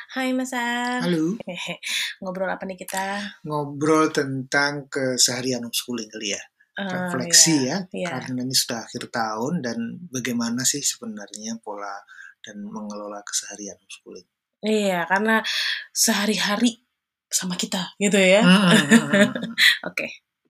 Hai Mas Ar. Halo, Ngobrol apa nih kita? ngobrol tentang keseharian homeschooling kali ya. Refleksi Ya, ya, ya. karena ini sudah akhir tahun dan bagaimana sih sebenarnya pola dan mengelola keseharian homeschooling. Iya, karena sehari-hari sama kita gitu ya. Hmm. Oke.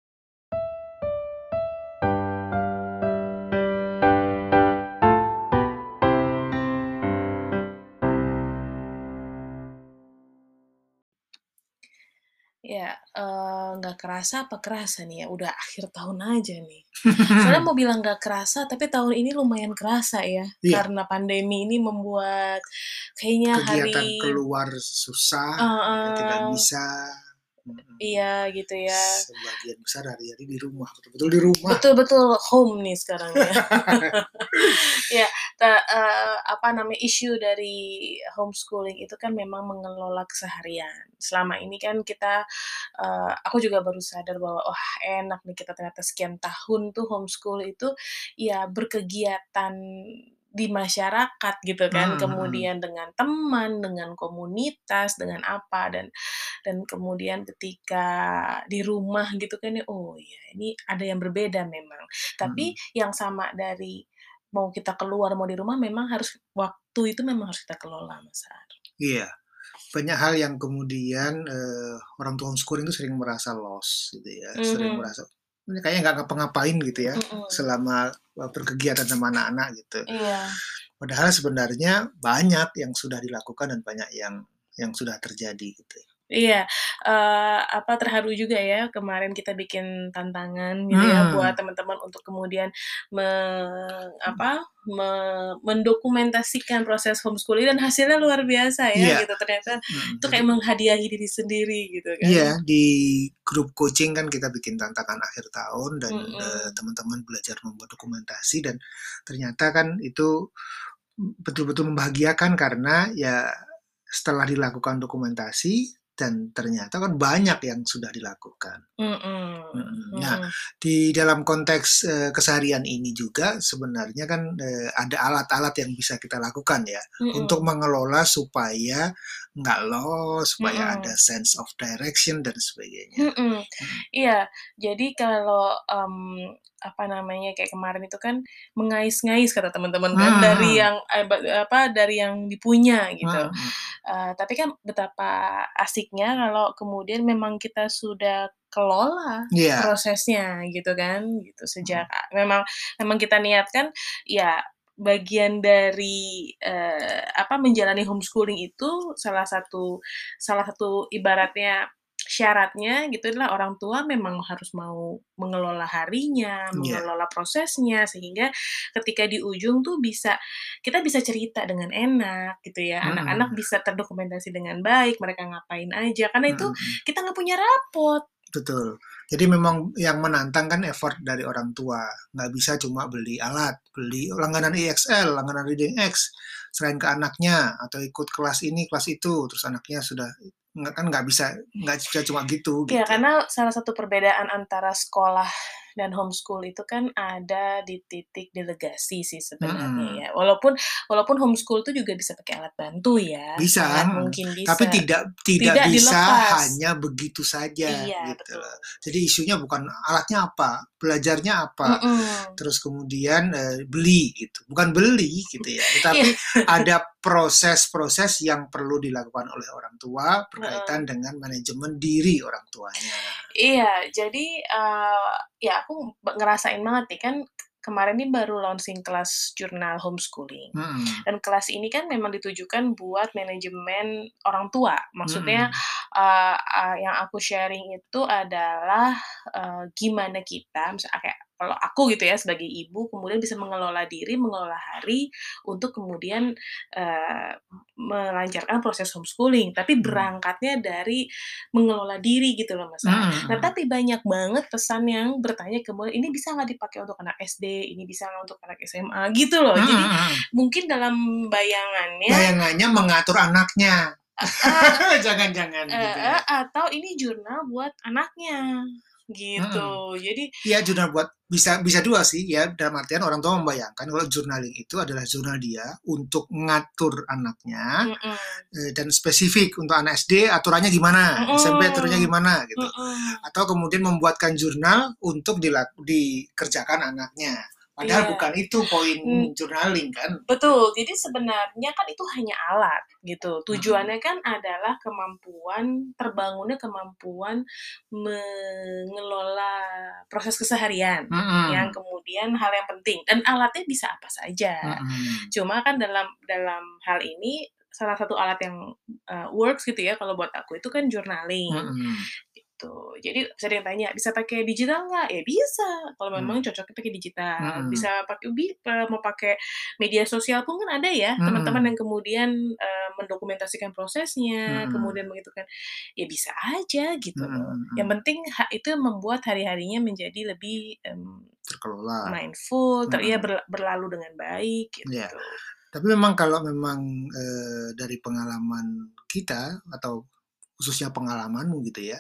Ya, nggak kerasa apa kerasa nih ya, udah akhir tahun aja nih. Sebenarnya mau bilang nggak kerasa, tapi tahun ini lumayan kerasa ya, Iya, karena pandemi ini membuat kayaknya kegiatan hari keluar susah, ya, tidak heeh, bisa. Mm-mm. iya gitu ya. Sebagian besar hari-hari di rumah, betul-betul di rumah. Betul-betul home nih sekarang ya. Ya, apa namanya, isu dari homeschooling itu kan memang mengelola keseharian. Selama ini kan kita, aku juga baru sadar bahwa, wah enak nih kita ternyata sekian tahun tuh homeschool itu, ya berkegiatan di masyarakat gitu kan, Mm-mm. kemudian dengan teman, dengan komunitas, dengan apa, dan kemudian ketika di rumah gitu kan ya, oh ya ini ada yang berbeda memang. Tapi Mm-mm. yang sama dari mau kita keluar, mau di rumah memang harus waktu itu memang harus kita kelola, Mas Har. Iya. Banyak hal yang kemudian orang tua homeschooling itu sering merasa lost gitu ya, sering Mhm, merasa ini kayaknya nggak ngapa-ngapain gitu ya mhm, selama berkegiatan sama anak-anak gitu. iya. Padahal sebenarnya banyak yang sudah dilakukan dan banyak yang sudah terjadi gitu. Iya, apa, terharu juga ya kemarin kita bikin tantangan gitu ya buat Hmm, teman-teman untuk kemudian apa, mendokumentasikan proses homeschooling dan hasilnya luar biasa ya iya, gitu, ternyata itu jadi kayak menghadiahi diri sendiri gitu kan. iya di grup coaching kan kita bikin tantangan akhir tahun dan Mhm, teman-teman belajar membuat dokumentasi dan ternyata kan itu betul-betul membahagiakan karena ya setelah dilakukan dokumentasi dan ternyata kan banyak yang sudah dilakukan. mhm, Nah, mhm, di dalam konteks keseharian ini juga sebenarnya kan ada alat-alat yang bisa kita lakukan ya untuk mhm, mengelola supaya nggak lost, supaya ada mhm. sense of direction dan sebagainya. Mhm, Mm. iya. Jadi kalau, apa namanya, kayak kemarin itu kan mengais-ngais kata teman-teman kan dari Hmm, yang, apa, dari yang dipunya hmm, gitu. hmm. Tapi kan betapa asiknya kalau kemudian memang kita sudah kelola Iya. prosesnya gitu kan, gitu. Hmm, Sejak memang memang kita niatkan ya bagian dari, apa, menjalani homeschooling itu salah satu ibaratnya syaratnya gitu adalah orang tua memang harus mau mengelola harinya, iya. mengelola prosesnya, sehingga ketika di ujung tuh kita bisa cerita dengan enak gitu ya, Hmm, hmm, anak-anak bisa terdokumentasi dengan baik, mereka ngapain aja, karena hmm, itu hmm. kita nggak punya rapot. Betul. Jadi memang yang menantang kan effort dari orang tua. Nggak bisa cuma beli alat, beli langganan EXL, langganan Reading X, selain ke anaknya, atau ikut kelas ini, kelas itu, terus anaknya sudah, nggak bisa cuma gitu, Iya, gitu. karena salah satu perbedaan antara sekolah dan homeschool itu kan ada di titik delegasi sih sebenarnya Mm-mm. ya. Walaupun walaupun homeschool tuh juga bisa pakai alat bantu ya, Bisa, sangat mungkin tapi bisa. tidak Tidak bisa dilepas. hanya begitu saja Iya, gitu betul. loh. Jadi isunya bukan alatnya apa, belajarnya apa, Mhm. terus kemudian beli gitu, bukan beli gitu ya, Iya, tetapi ada proses-proses yang perlu dilakukan oleh orang tua berkaitan heeh. dengan manajemen diri orang tuanya. Iya, jadi, ya aku ngerasain banget nih kan kemarin nih baru launching kelas jurnal homeschooling, Hmm, dan kelas ini kan memang ditujukan buat manajemen orang tua. Maksudnya, hmm, yang aku sharing itu adalah, gimana kita kayak kalau aku gitu ya sebagai ibu kemudian bisa mengelola diri, mengelola hari untuk kemudian, eee, melancarkan proses homeschooling, tapi hmm, berangkatnya dari mengelola diri gitu loh, Mas, Har. Nah, hmm. tapi banyak banget pesan yang bertanya kemudian, "Ini bisa nggak dipakai untuk anak SD? Ini bisa nggak untuk anak SMA?" Gitu loh. Jadi Hmm. mungkin dalam bayangannya Bayangannya mengatur anaknya, heeh, jangan-jangan gitu ya. atau ini jurnal buat anaknya, gitu. Mhm. Jadi Iya, jurnal buat bisa bisa dua sih ya, dalam artian orang tua membayangkan kalau journaling itu adalah jurnal dia untuk ngatur anaknya, mhm, dan spesifik untuk anak SD aturannya gimana, SMP aturannya mhm, gimana gitu. mhm, Atau kemudian membuatkan jurnal untuk dikerjakan anaknya. Padahal iya, bukan itu poin mmm, journaling kan gitu. betul. Jadi sebenarnya kan itu hanya alat gitu. Mhm, Tujuannya kan adalah terbangunnya kemampuan mengelola proses keseharian, yang mhm, kemudian hal yang penting dan alatnya bisa apa saja. mhm, Cuma kan dalam dalam hal ini salah satu alat yang, works gitu ya kalau buat aku itu kan journaling. mhm, Gitu. Jadi sering tanya, "Bisa pakai digital nggak?" Ya bisa, kalau memang mmm, cocoknya pakai digital. mhm, Bisa pakai mau pakai media sosial pun kan ada ya, teman-teman mhm, yang kemudian, mendokumentasikan prosesnya, mhm, kemudian begitu kan. Ya bisa aja gitu mhm, loh. Yang mhm, penting itu membuat hari-harinya menjadi lebih, terkelola, mindful, iya mhm, berlalu dengan baik iya. gitu. Tapi memang kalau memang, dari pengalaman kita atau khususnya pengalamanmu gitu ya,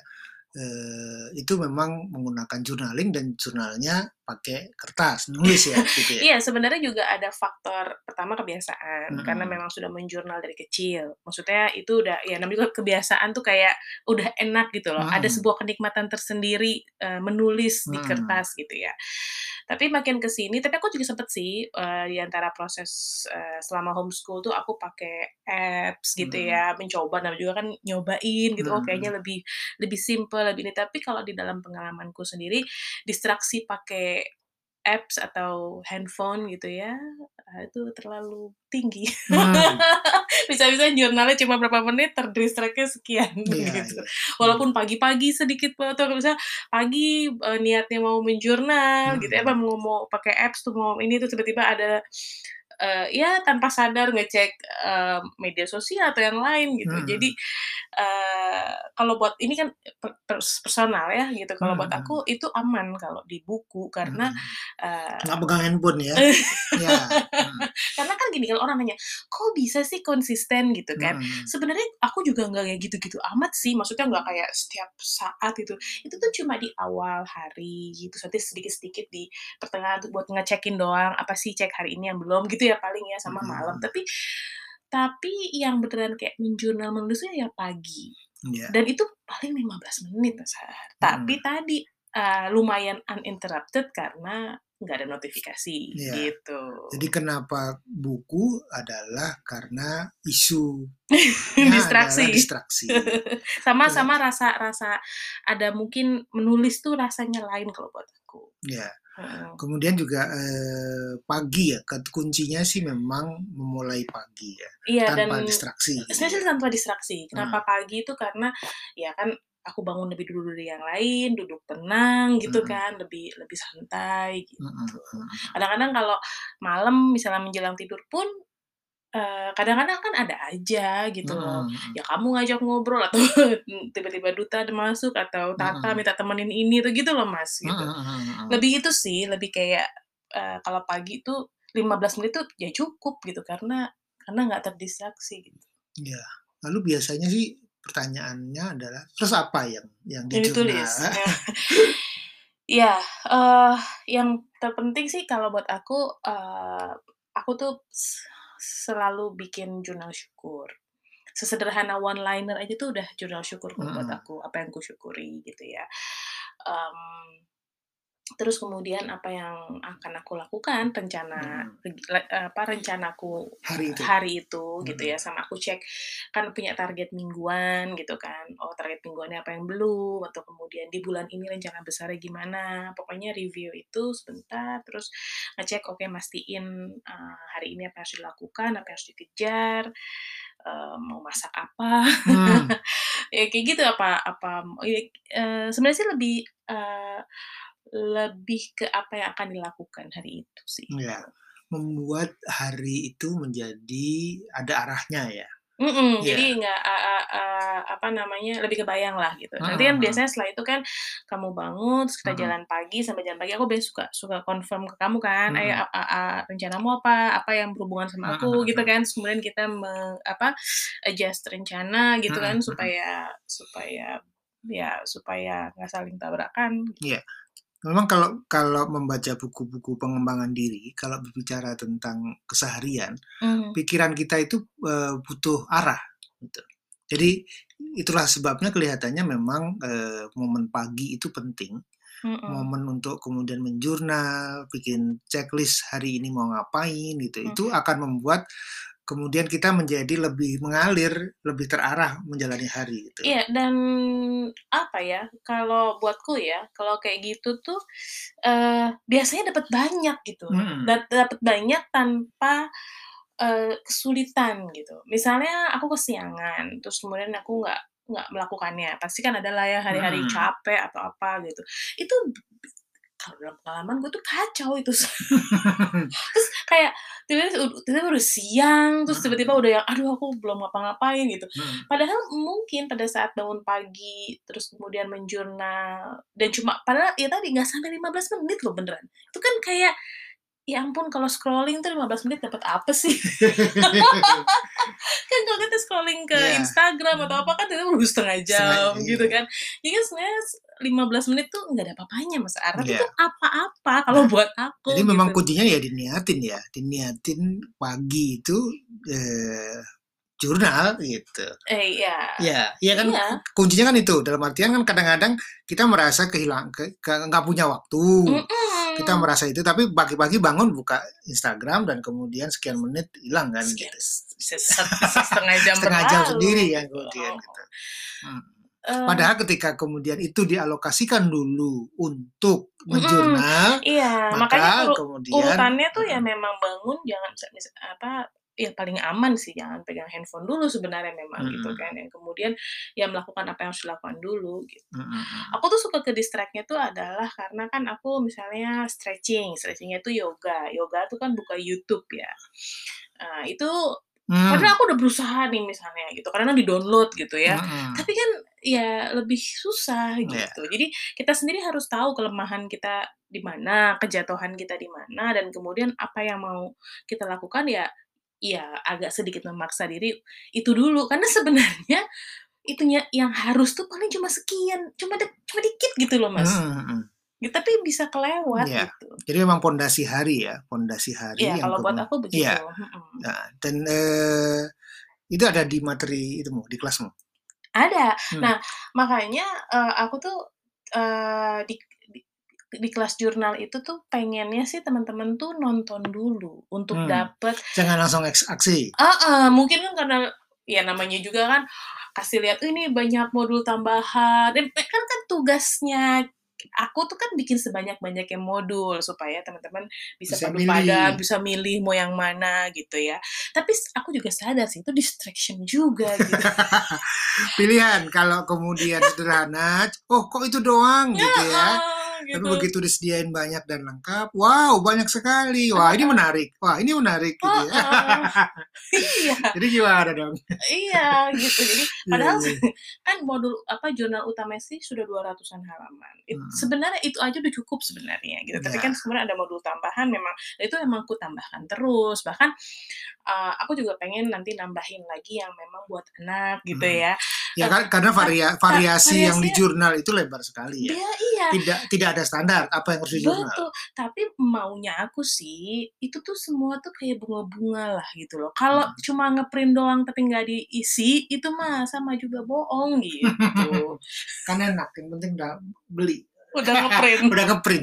itu memang menggunakan journaling dan jurnalnya pakai kertas, nulis ya gitu ya? Iya, sebenarnya juga ada faktor pertama kebiasaan, karena Mhm, memang sudah menjurnal dari kecil. Maksudnya itu udah ya namanya juga kebiasaan tuh kayak udah enak gitu loh, ada mhm, sebuah kenikmatan tersendiri, menulis di mhm, kertas gitu ya. Tapi makin ke sini tapi aku juga sempet sih, di antara proses, selama homeschool tuh aku pakai apps gitu mhm, ya, mencoba namanya juga kan nyobain gitu, oh mhm, kayaknya lebih lebih simpel, lebih ini. Tapi kalau di dalam pengalamanku sendiri, distraksi pakai apps atau handphone gitu ya, itu terlalu tinggi. mmm, Bisa-bisa jurnalnya cuma berapa menit, ter-distract-nya sekian iya gitu. iya, mhm, Walaupun pagi-pagi sedikit banget atau misalnya pagi, niatnya mau menjurnal gitu ya, apa mhm, mau pakai apps tuh, mau ini tuh tiba-tiba ada, ya tanpa sadar ngecek, media sosial atau yang lain gitu. Jadi, mhm, kalau buat ini kan personal ya gitu, kalau buat mhm, aku itu aman kalau di buku karena, mhm, nggak eee pegang handphone ya? Iya, mhm, karena kan gini, kalau orang nanya, "Kok bisa sih konsisten?" Gitu kan. mhm, Sebenarnya aku juga nggak kayak gitu-gitu amat sih, maksudnya nggak kayak setiap saat gitu. Itu tuh cuma di awal hari gitu, nanti sedikit-sedikit di pertengahan tuh buat ngecekin doang, apa sih cek hari ini yang belum gitu ya paling ya, sama malam. mhm, Tapi yang beneran kayak menjurnal menulisnya ya pagi, iya, dan itu paling 15 menit mhm. tapi tadi, lumayan uninterrupted karena nggak ada notifikasi, Iya. gitu. Jadi kenapa buku adalah karena isunya adalah Distraksi. distraksi. Sama Ke sama rasa rasa ada mungkin menulis tuh rasanya lain kalau buat aku. ya, Heeh. kemudian juga, pagi ya, kuncinya sih memang memulai pagi ya, Iya dan tanpa distraksi gitu especially ya. tanpa distraksi. Kenapa Heeh, pagi itu karena ya kan aku bangun lebih dulu dari yang lain, duduk tenang gitu mhm, kan, lebih lebih santai mhm, gitu. mhm, Kadang-kadang kalau malam misalnya menjelang tidur pun, kadang-kadang kan ada aja gitu loh, mhm, mhm, ya kamu ngajak ngobrol atau tiba-tiba Duta ada masuk atau Tata mhm, minta temenin ini tuh gitu loh Mas, gitu. mhm, mhm, mhm. Lebih itu sih, lebih kayak, kalau pagi tuh 15 menit tuh ya cukup gitu karena nggak terdistraksi gitu. Iya. Lalu biasanya sih pertanyaannya adalah, "Terus apa yang Yang dijurnal?" ditulis. Nah, iya, yang terpenting sih kalau buat aku tuh selalu bikin jurnal syukur. Sesederhana one liner aja tuh udah jurnal syukur kalau buat Mhm, aku, apa yang kusyukuri gitu ya. Mmm Terus kemudian apa yang akan aku lakukan, mhm. rencanaku Hari itu? hari itu gitu Mhm, ya, sama aku cek kan punya target mingguan gitu kan, oh target mingguannya apa yang belum, atau kemudian di bulan ini rencana besarnya gimana, pokoknya review itu sebentar, terus ngecek, oke mastiin, hari ini apa yang harus dilakukan, apa yang harus dikejar, mau masak apa, mmm, ya kayak gitu, apa apa ya, sebenarnya sih lebih ke apa yang akan dilakukan hari itu sih. iya. Membuat hari itu menjadi ada arahnya ya? Mhm, Iya. jadi nggak, apa namanya, lebih kebayang lah gitu. Nanti Mhm, kan mhm, biasanya setelah itu kan kamu bangun, terus kita mhm, jalan pagi, sampai jalan pagi aku biasanya suka suka confirm ke kamu kan, "Ayo, mhm, rencanamu apa? Apa yang berhubungan sama mhm, aku?" Gitu mhm, kan. Terus kemudian kita adjust rencana gitu mhm, kan mhm, supaya supaya ya supaya nggak saling tabrakan. Iya. Memang kalau kalau membaca buku-buku pengembangan diri, kalau berbicara tentang keseharian, Mmm, pikiran kita itu, butuh arah, gitu. Jadi itulah sebabnya kelihatannya memang, momen pagi itu penting, mhm, momen untuk kemudian menjurnal, bikin checklist hari ini mau ngapain gitu, mmm. itu akan membuat kemudian kita menjadi lebih mengalir, lebih terarah menjalani hari gitu. Iya, dan apa ya, kalau buatku ya, kalau kayak gitu tuh, biasanya dapat banyak gitu, Mhm, dapat banyak tanpa, kesulitan gitu. Misalnya aku kesiangan, terus kemudian aku nggak melakukannya, pasti kan ada lah ya hari-hari mhm. capek atau apa gitu. Itu kalau dalam pengalaman gue tuh kacau itu. Terus kayak tiba-tiba udah siang, terus tiba-tiba Mhm, udah yang, "Aduh aku belum ngapa-ngapain," gitu. mhm. Padahal mungkin pada saat bangun pagi, terus kemudian menjurnal, dan cuma padahal ya tadi nggak sampai 15 menit loh beneran. Itu kan kayak, ya ampun kalau scrolling tuh 15 menit dapat apa sih? Kan kalau kita scrolling ke Iya, Instagram atau apa mmm, kan ternyata udah setengah sengaja jam gitu iya, kan. Jadi kan sebenarnya 15 menit tuh nggak ada apa-apanya Mas Ar, tapi itu iya. apa-apa kalau Nah, buat jadi aku memang gitu. kuncinya ya diniatin ya, diniatin pagi itu, eee, jurnal gitu. Iya, Iya, iya kan iya, kuncinya kan itu, dalam artian kan kadang-kadang kita merasa nggak punya waktu, kita mhm. merasa itu, tapi pagi-pagi bangun buka Instagram dan kemudian sekian menit hilang kan Sekian gitu. bisa setengah jam Setengah jam berlalu sendiri kan gitu, kemudian heeh. gitu. Mhm. Eee, Padahal ketika kemudian itu dialokasikan dulu untuk mhm, menjurnal, iya, makanya maka kemudian urutannya tuh ya mhm, memang bangun jangan apa, ya paling aman sih jangan pegang handphone dulu sebenarnya memang gitu mhm, kan, yang kemudian ya melakukan apa yang harus dilakukan dulu gitu. mhm mhm. Aku tuh suka ke-distract-nya tuh adalah karena kan aku misalnya stretching-nya tuh yoga, yoga tuh kan buka YouTube ya. Itu Mmm, padahal aku udah berusaha nih misalnya gitu, kadang-kadang di-download gitu ya, mhm, tapi kan ya lebih susah iya, gitu. Jadi kita sendiri harus tahu kelemahan kita di mana, kejatuhan kita di mana, dan kemudian apa yang mau kita lakukan ya ya agak sedikit memaksa diri itu dulu. Karena sebenarnya itunya yang harus tuh paling cuma sekian, cuma dikit gitu loh, Mas. mhm mhm, Tapi bisa kelewat iya. gitu. Jadi memang pondasi hari ya, pondasi Iya, hari yang kalau buat aku begitu, iya, mhm. heeh, dan, itu ada di materi itumu, di kelasmu? Ada. Mmm, Nah, makanya, aku tuh, eee, di kelas jurnal itu tuh pengennya sih teman-teman tuh nonton dulu untuk mmm, dapet jangan langsung aksi. heeh, mungkin kan karena ya namanya juga kan kasih lihat, "Ini banyak modul tambahan," dan kan tugasnya aku tuh kan bikin sebanyak-banyaknya modul supaya teman-teman bisa Bisa padu padan, milih. bisa milih mau yang mana gitu ya. Tapi aku juga sadar sih itu distraction juga gitu. Pilihan, kalau kemudian sederhana, "Oh kok itu doang?" Gitu ya. Heeh, Tapi gitu. begitu disediain banyak dan lengkap, "Wow banyak sekali, Heeh, wah ini menarik," gitu ya. heeh. Iya. Jadi gimana dong? Iya, gitu. Jadi Iya padahal iya. kan modul apa, jurnal utamanya sih sudah 200-an halaman. Mhm, Sebenarnya itu aja udah cukup sebenarnya gitu, tapi kan iya, sebenarnya ada modul tambahan memang itu memang aku tambahkan terus. Bahkan, aku juga pengen nanti nambahin lagi yang memang buat anak gitu mhm. ya. Ya Eee, kan karena variasi yang di variasinya jurnal itu lebar sekali ya. iya. Tidak ada standar apa yang harus di jurnal. Betul, tapi maunya aku sih, itu tuh semua tuh kayak bunga-bunga lah gitu loh. Kalau Mhm. cuma nge-print doang tapi nggak diisi, itu mah sama juga bohong gitu. Kan enak, yang penting udah beli, Udah nge-print. udah nge-print.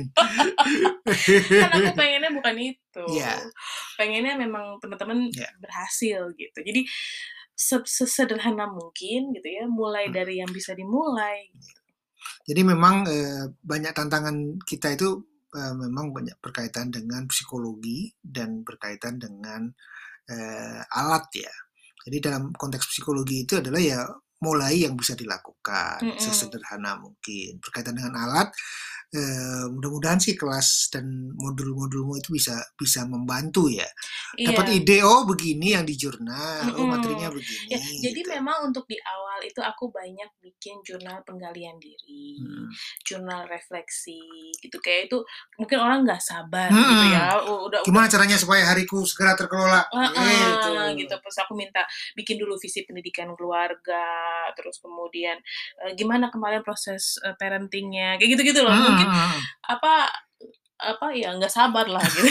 Kan aku pengennya bukan itu. Iya, Pengennya memang teman-teman iya, berhasil gitu. Jadi sesederhana mungkin gitu ya, mulai mhm. dari yang bisa dimulai. Jadi memang, banyak tantangan kita itu, memang banyak berkaitan dengan psikologi dan berkaitan dengan, alat ya. Jadi dalam konteks psikologi itu adalah ya mulai yang bisa dilakukan, Mhm, sesederhana mungkin. Berkaitan dengan alat, Mudah-mudahan sih kelas dan modul-modulmu itu bisa bisa membantu ya. Dapat Iya. ide, oh begini yang di jurnal, oh materinya Mhm. Ya, begini jadi gitu. memang untuk di awal itu aku banyak bikin jurnal penggalian diri, Mhm. jurnal refleksi gitu, kayak itu mungkin orang nggak sabar gitu Mhm. ya, udah Gimana caranya supaya hariku segera terkelola? Gitu. heeh, gitu. Terus aku minta bikin dulu visi pendidikan keluarga, terus kemudian, gimana kemarin proses, parenting-nya, kayak gitu-gitu loh. Mhm Mungkin mhm. apa ya nggak sabar lah gitu.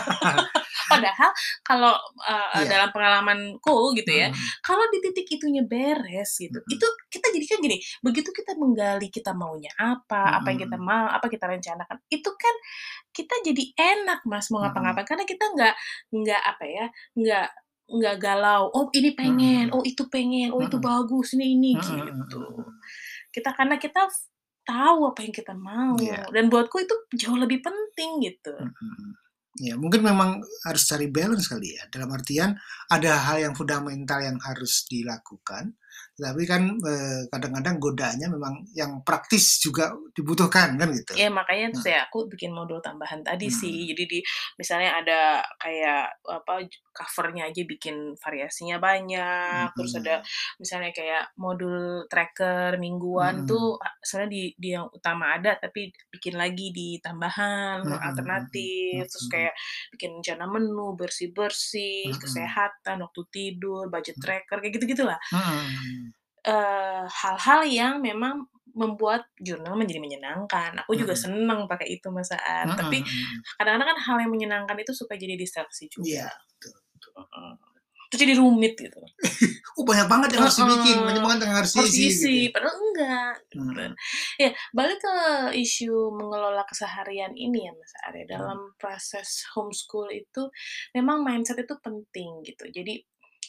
Padahal kalau, Iya. dalam pengalamanku gitu ya, Mhm kalau di titik itunya beres gitu, mhm. itu kita jadi kan gini, begitu kita menggali kita maunya apa yang kita Mhm mau, apa kita rencanakan, itu kan kita jadi enak Mas mau mhm. ngapa-ngapain, karena kita nggak apa ya, nggak nggak galau, "Oh ini pengen, Mhm oh itu pengen, oh itu mhm. bagus, ini," Mhm mhm gitu. mhm. Karena kita tahu apa yang kita Iya. mau, dan buatku itu jauh lebih penting gitu. Mhm. Ya, mungkin memang harus cari balance kali ya. Dalam artian ada hal yang fundamental yang harus dilakukan, tapi kan kadang-kadang godaannya memang yang praktis juga dibutuhkan kan gitu. Ya makanya terus Hmm, ya aku bikin modul tambahan tadi sih. hmm, Jadi misalnya ada kayak apa, cover-nya aja bikin variasinya banyak, terus ada hmm, misalnya kayak modul tracker mingguan hmm, tuh, sebenarnya di yang utama ada, tapi bikin lagi di tambahan, hmm, hmm, alternatif, terus hmm, kayak bikin rencana menu, bersih-bersih, hmm, kesehatan, waktu tidur, budget tracker, kayak gitu-gitulah. hmm, Hal-hal yang memang membuat jurnal menjadi menyenangkan. Aku juga hmm, seneng pakai itu Mas, saat, hmm, tapi hmm. kadang-kadang kan hal yang menyenangkan itu suka jadi distraksi Iya, juga, betul. heeh. Terus jadi rumit gitu. Oh banyak banget yang harus dibikin, banyak Heeh, banget yang harus harus diisi gitu ya. diisi, padahal enggak, gitu. Hmm, Ya, balik ke isu mengelola keseharian ini ya, Mas, Arya, hmm, dalam proses homeschool itu memang mindset itu penting gitu. Jadi,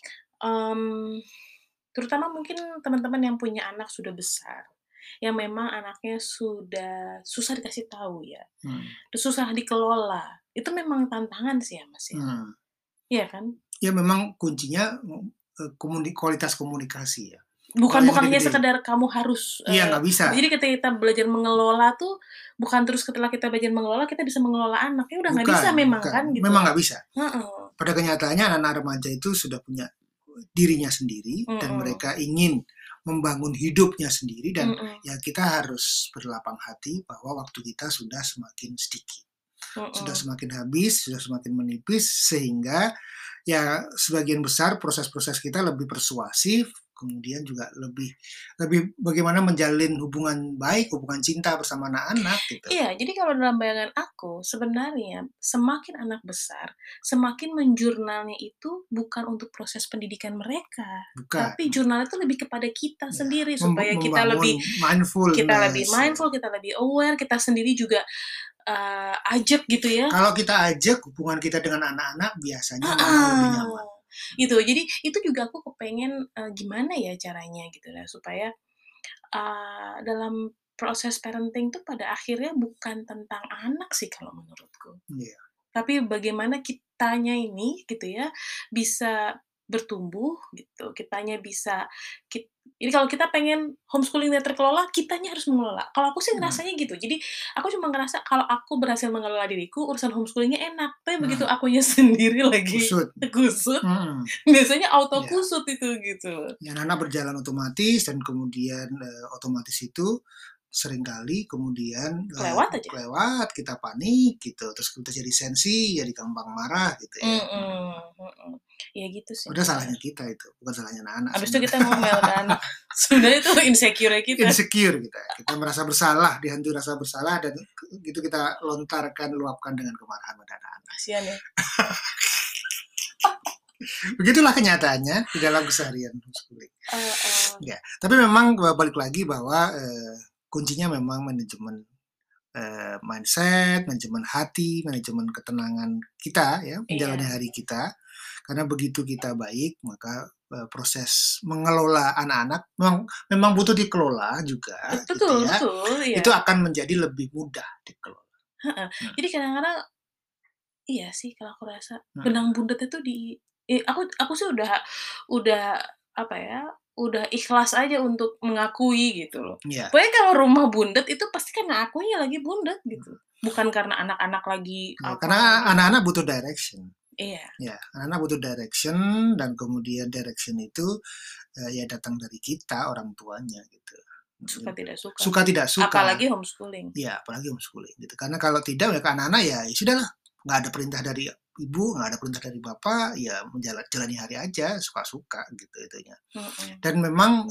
mmm, terutama mungkin teman-teman yang punya anak sudah besar, yang memang anaknya sudah susah dikasih tahu ya, hmm, terus susah dikelola, itu memang tantangan sih ya, Mas, ya? hmm. Iya kan? Ya memang kuncinya, kualitas komunikasi ya. Kalau Bukan yang bukan hanya gede-gede sekedar kamu harus, iya nggak bisa, jadi ketika kita belajar mengelola tuh, bukan terus setelah kita belajar mengelola, kita bisa mengelola anak, ya udah nggak bisa bukan memang bukan, kan memang gitu. nggak bisa. Heeh, Pada kenyataannya anak-anak remaja itu sudah punya dirinya sendiri dan mhm, mereka ingin membangun hidupnya sendiri dan mhm, ya kita harus berlapang hati bahwa waktu kita sudah semakin sedikit. Sudah mhm. semakin habis, sudah semakin menipis sehingga ya sebagian besar proses-proses kita lebih persuasif, kemudian juga lebih lebih bagaimana menjalin hubungan baik, hubungan cinta bersama anak-anak gitu. Iya, jadi kalau dalam bayangan aku, sebenarnya semakin anak besar, semakin menjurnalnya itu bukan untuk proses pendidikan mereka, tapi Bukan, jurnal itu lebih kepada kita ya sendiri supaya membangun kita lebih mindfulness ya. mindful, kita lebih aware, kita sendiri juga, ajak gitu ya. Kalau kita ajak hubungan kita dengan anak-anak biasanya memang lebih Heeh, nyaman. gitu. Jadi itu juga aku kepengen, gimana ya caranya gitu ya, supaya, dalam proses parenting tuh pada akhirnya bukan tentang anak sih kalau menurutku. Iya. Tapi bagaimana kitanya ini gitu ya, bisa bertumbuh gitu, kitanya bisa jadi kalau kita pengen homeschooling-nya terkelola, kitanya harus mengelola. Kalau aku sih Hmm, ngerasanya gitu. Jadi aku cuma ngerasa kalau aku berhasil mengelola diriku, urusan homeschooling-nya enak. Tapi begitu hmm. akunya sendiri lagi Kusut. kusut, Hmm. biasanya auto Ya. kusut itu, gitu. Ya, anak berjalan otomatis dan kemudian otomatis itu seringkali kemudian Kelewat aja. kelewat, kita panik gitu, terus kita jadi sensi, jadi gampang marah gitu ya. Mhm, mhm. Ya gitu sih, Udah Mas, ya. salahnya kita itu, bukan salahnya anak-anak Habis itu sebenarnya. kita ngomel kan. Sebenarnya itu insecure-nya kita. Insecure kita merasa bersalah, dihantui rasa bersalah dan gitu kita lontarkan, luapkan dengan kemarahan pada anak-anak. Kasihan ya. Begitulah kenyataannya di dalam keseharian homeschooling. Heeh. Ya, tapi memang balik lagi bahwa kuncinya memang manajemen mindset, manajemen hati, manajemen ketenangan kita ya menjalani Iya. hari kita. Karena begitu kita baik, maka proses mengelola anak-anak memang butuh dikelola juga gitu Betul ya. betul, iya, Itu akan menjadi lebih mudah dikelola. heeh. Hmm, Jadi kadang-kadang iya sih kalau aku rasa, hmm, benang bundutnya tuh aku sih udah apa ya, udah ikhlas aja untuk mengakui gitu loh. Iya, Pokoknya kalau rumah bundet itu pasti kan ngakunya lagi bundet gitu, bukan karena anak-anak lagi ya, karena apa gitu. anak-anak butuh direction. Iya, Ya, anak-anak butuh direction dan kemudian direction itu ya datang dari kita orang tuanya gitu. suka tidak suka Suka sih, tidak suka, apalagi homeschooling. ya apalagi homeschooling gitu. Karena kalau tidak ya ke anak-anak ya, ya sudahlah, nggak ada perintah dari ibu, nggak ada perintah dari bapak, ya menjalani hari aja suka-suka gitu itunya. Mhm. Dan memang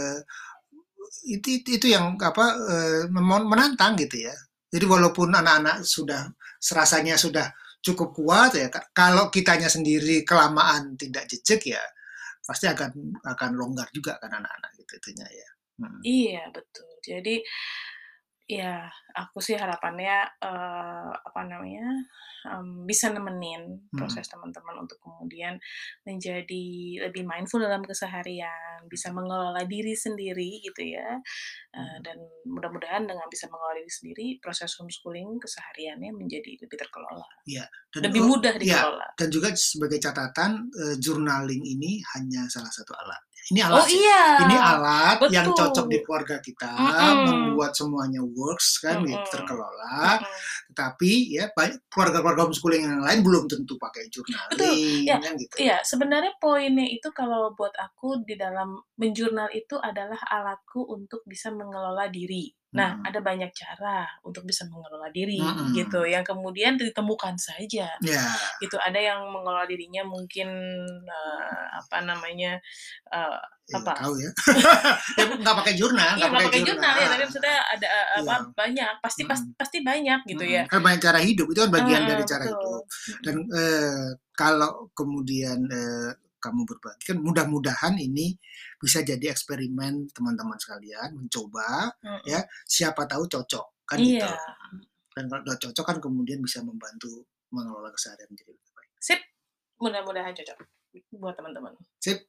itu yang apa menantang gitu ya. Jadi walaupun anak-anak sudah serasanya sudah cukup kuat ya, kalau kitanya sendiri kelamaan tidak jejak ya pasti akan longgar juga kan anak-anak gitu itunya ya. Hmm. Iya betul. Jadi, ya aku sih harapannya, apa namanya, bisa nemenin Hmm. proses teman-teman untuk kemudian menjadi lebih mindful dalam keseharian, bisa mengelola diri sendiri gitu ya, Hmm. dan mudah-mudahan dengan bisa mengelola diri sendiri, proses homeschooling kesehariannya menjadi lebih terkelola, Ya, dan lebih mudah ya, dikelola. dan juga sebagai catatan, journaling ini hanya salah satu alat. Ini Oh alat ya, iya, ini alat yang cocok di betul, keluarga kita, mhm, membuat semuanya works kan gitu, mhm, terkelola. mhm. Tetapi ya banyak keluarga-keluarga homeschooling yang lain belum tentu pakai Betul, ya, journaling kan gitu. iya, sebenarnya poinnya itu kalau buat aku di dalam menjurnal itu adalah alatku untuk bisa mengelola diri. Nah, Mhm, ada banyak cara untuk bisa mengelola diri gitu, mhm. yang kemudian ditemukan saja, Ya, gitu. Ada yang mengelola dirinya mungkin, apa namanya, eee, nggak apa tahu ya. Ya nggak pakai jurnal, iya, nggak nggak pakai pakai jurnal ya, jurnal, tapi maksudnya ada, apa, iya, banyak, mhm. pasti banyak gitu ya. Kan banyak cara hidup, itu kan bagian Heeh, dari cara hidup. betul, Dan, mhm, kalau kemudian, kamu berbagi kan mudah-mudahan ini bisa jadi eksperimen teman-teman sekalian, mencoba ya, mhm. siapa tahu cocok, kan gitu. Iya, Dan kalau udah cocok kan kemudian bisa membantu mengelola keseharian menjadi lebih baik. sip. Mudah-mudahan cocok buat teman-teman. Sip.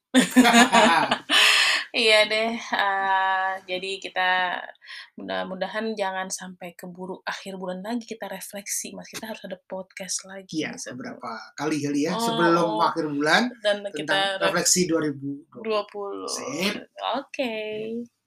Iya deh, jadi kita mudah-mudahan jangan sampai keburu akhir bulan lagi kita refleksi, Mas, kita harus ada podcast lagi Iya, nih beberapa kali kali ya, oh sebelum oh, akhir bulan dan tentang kita refleksi 2020. 20. Sip. Oke.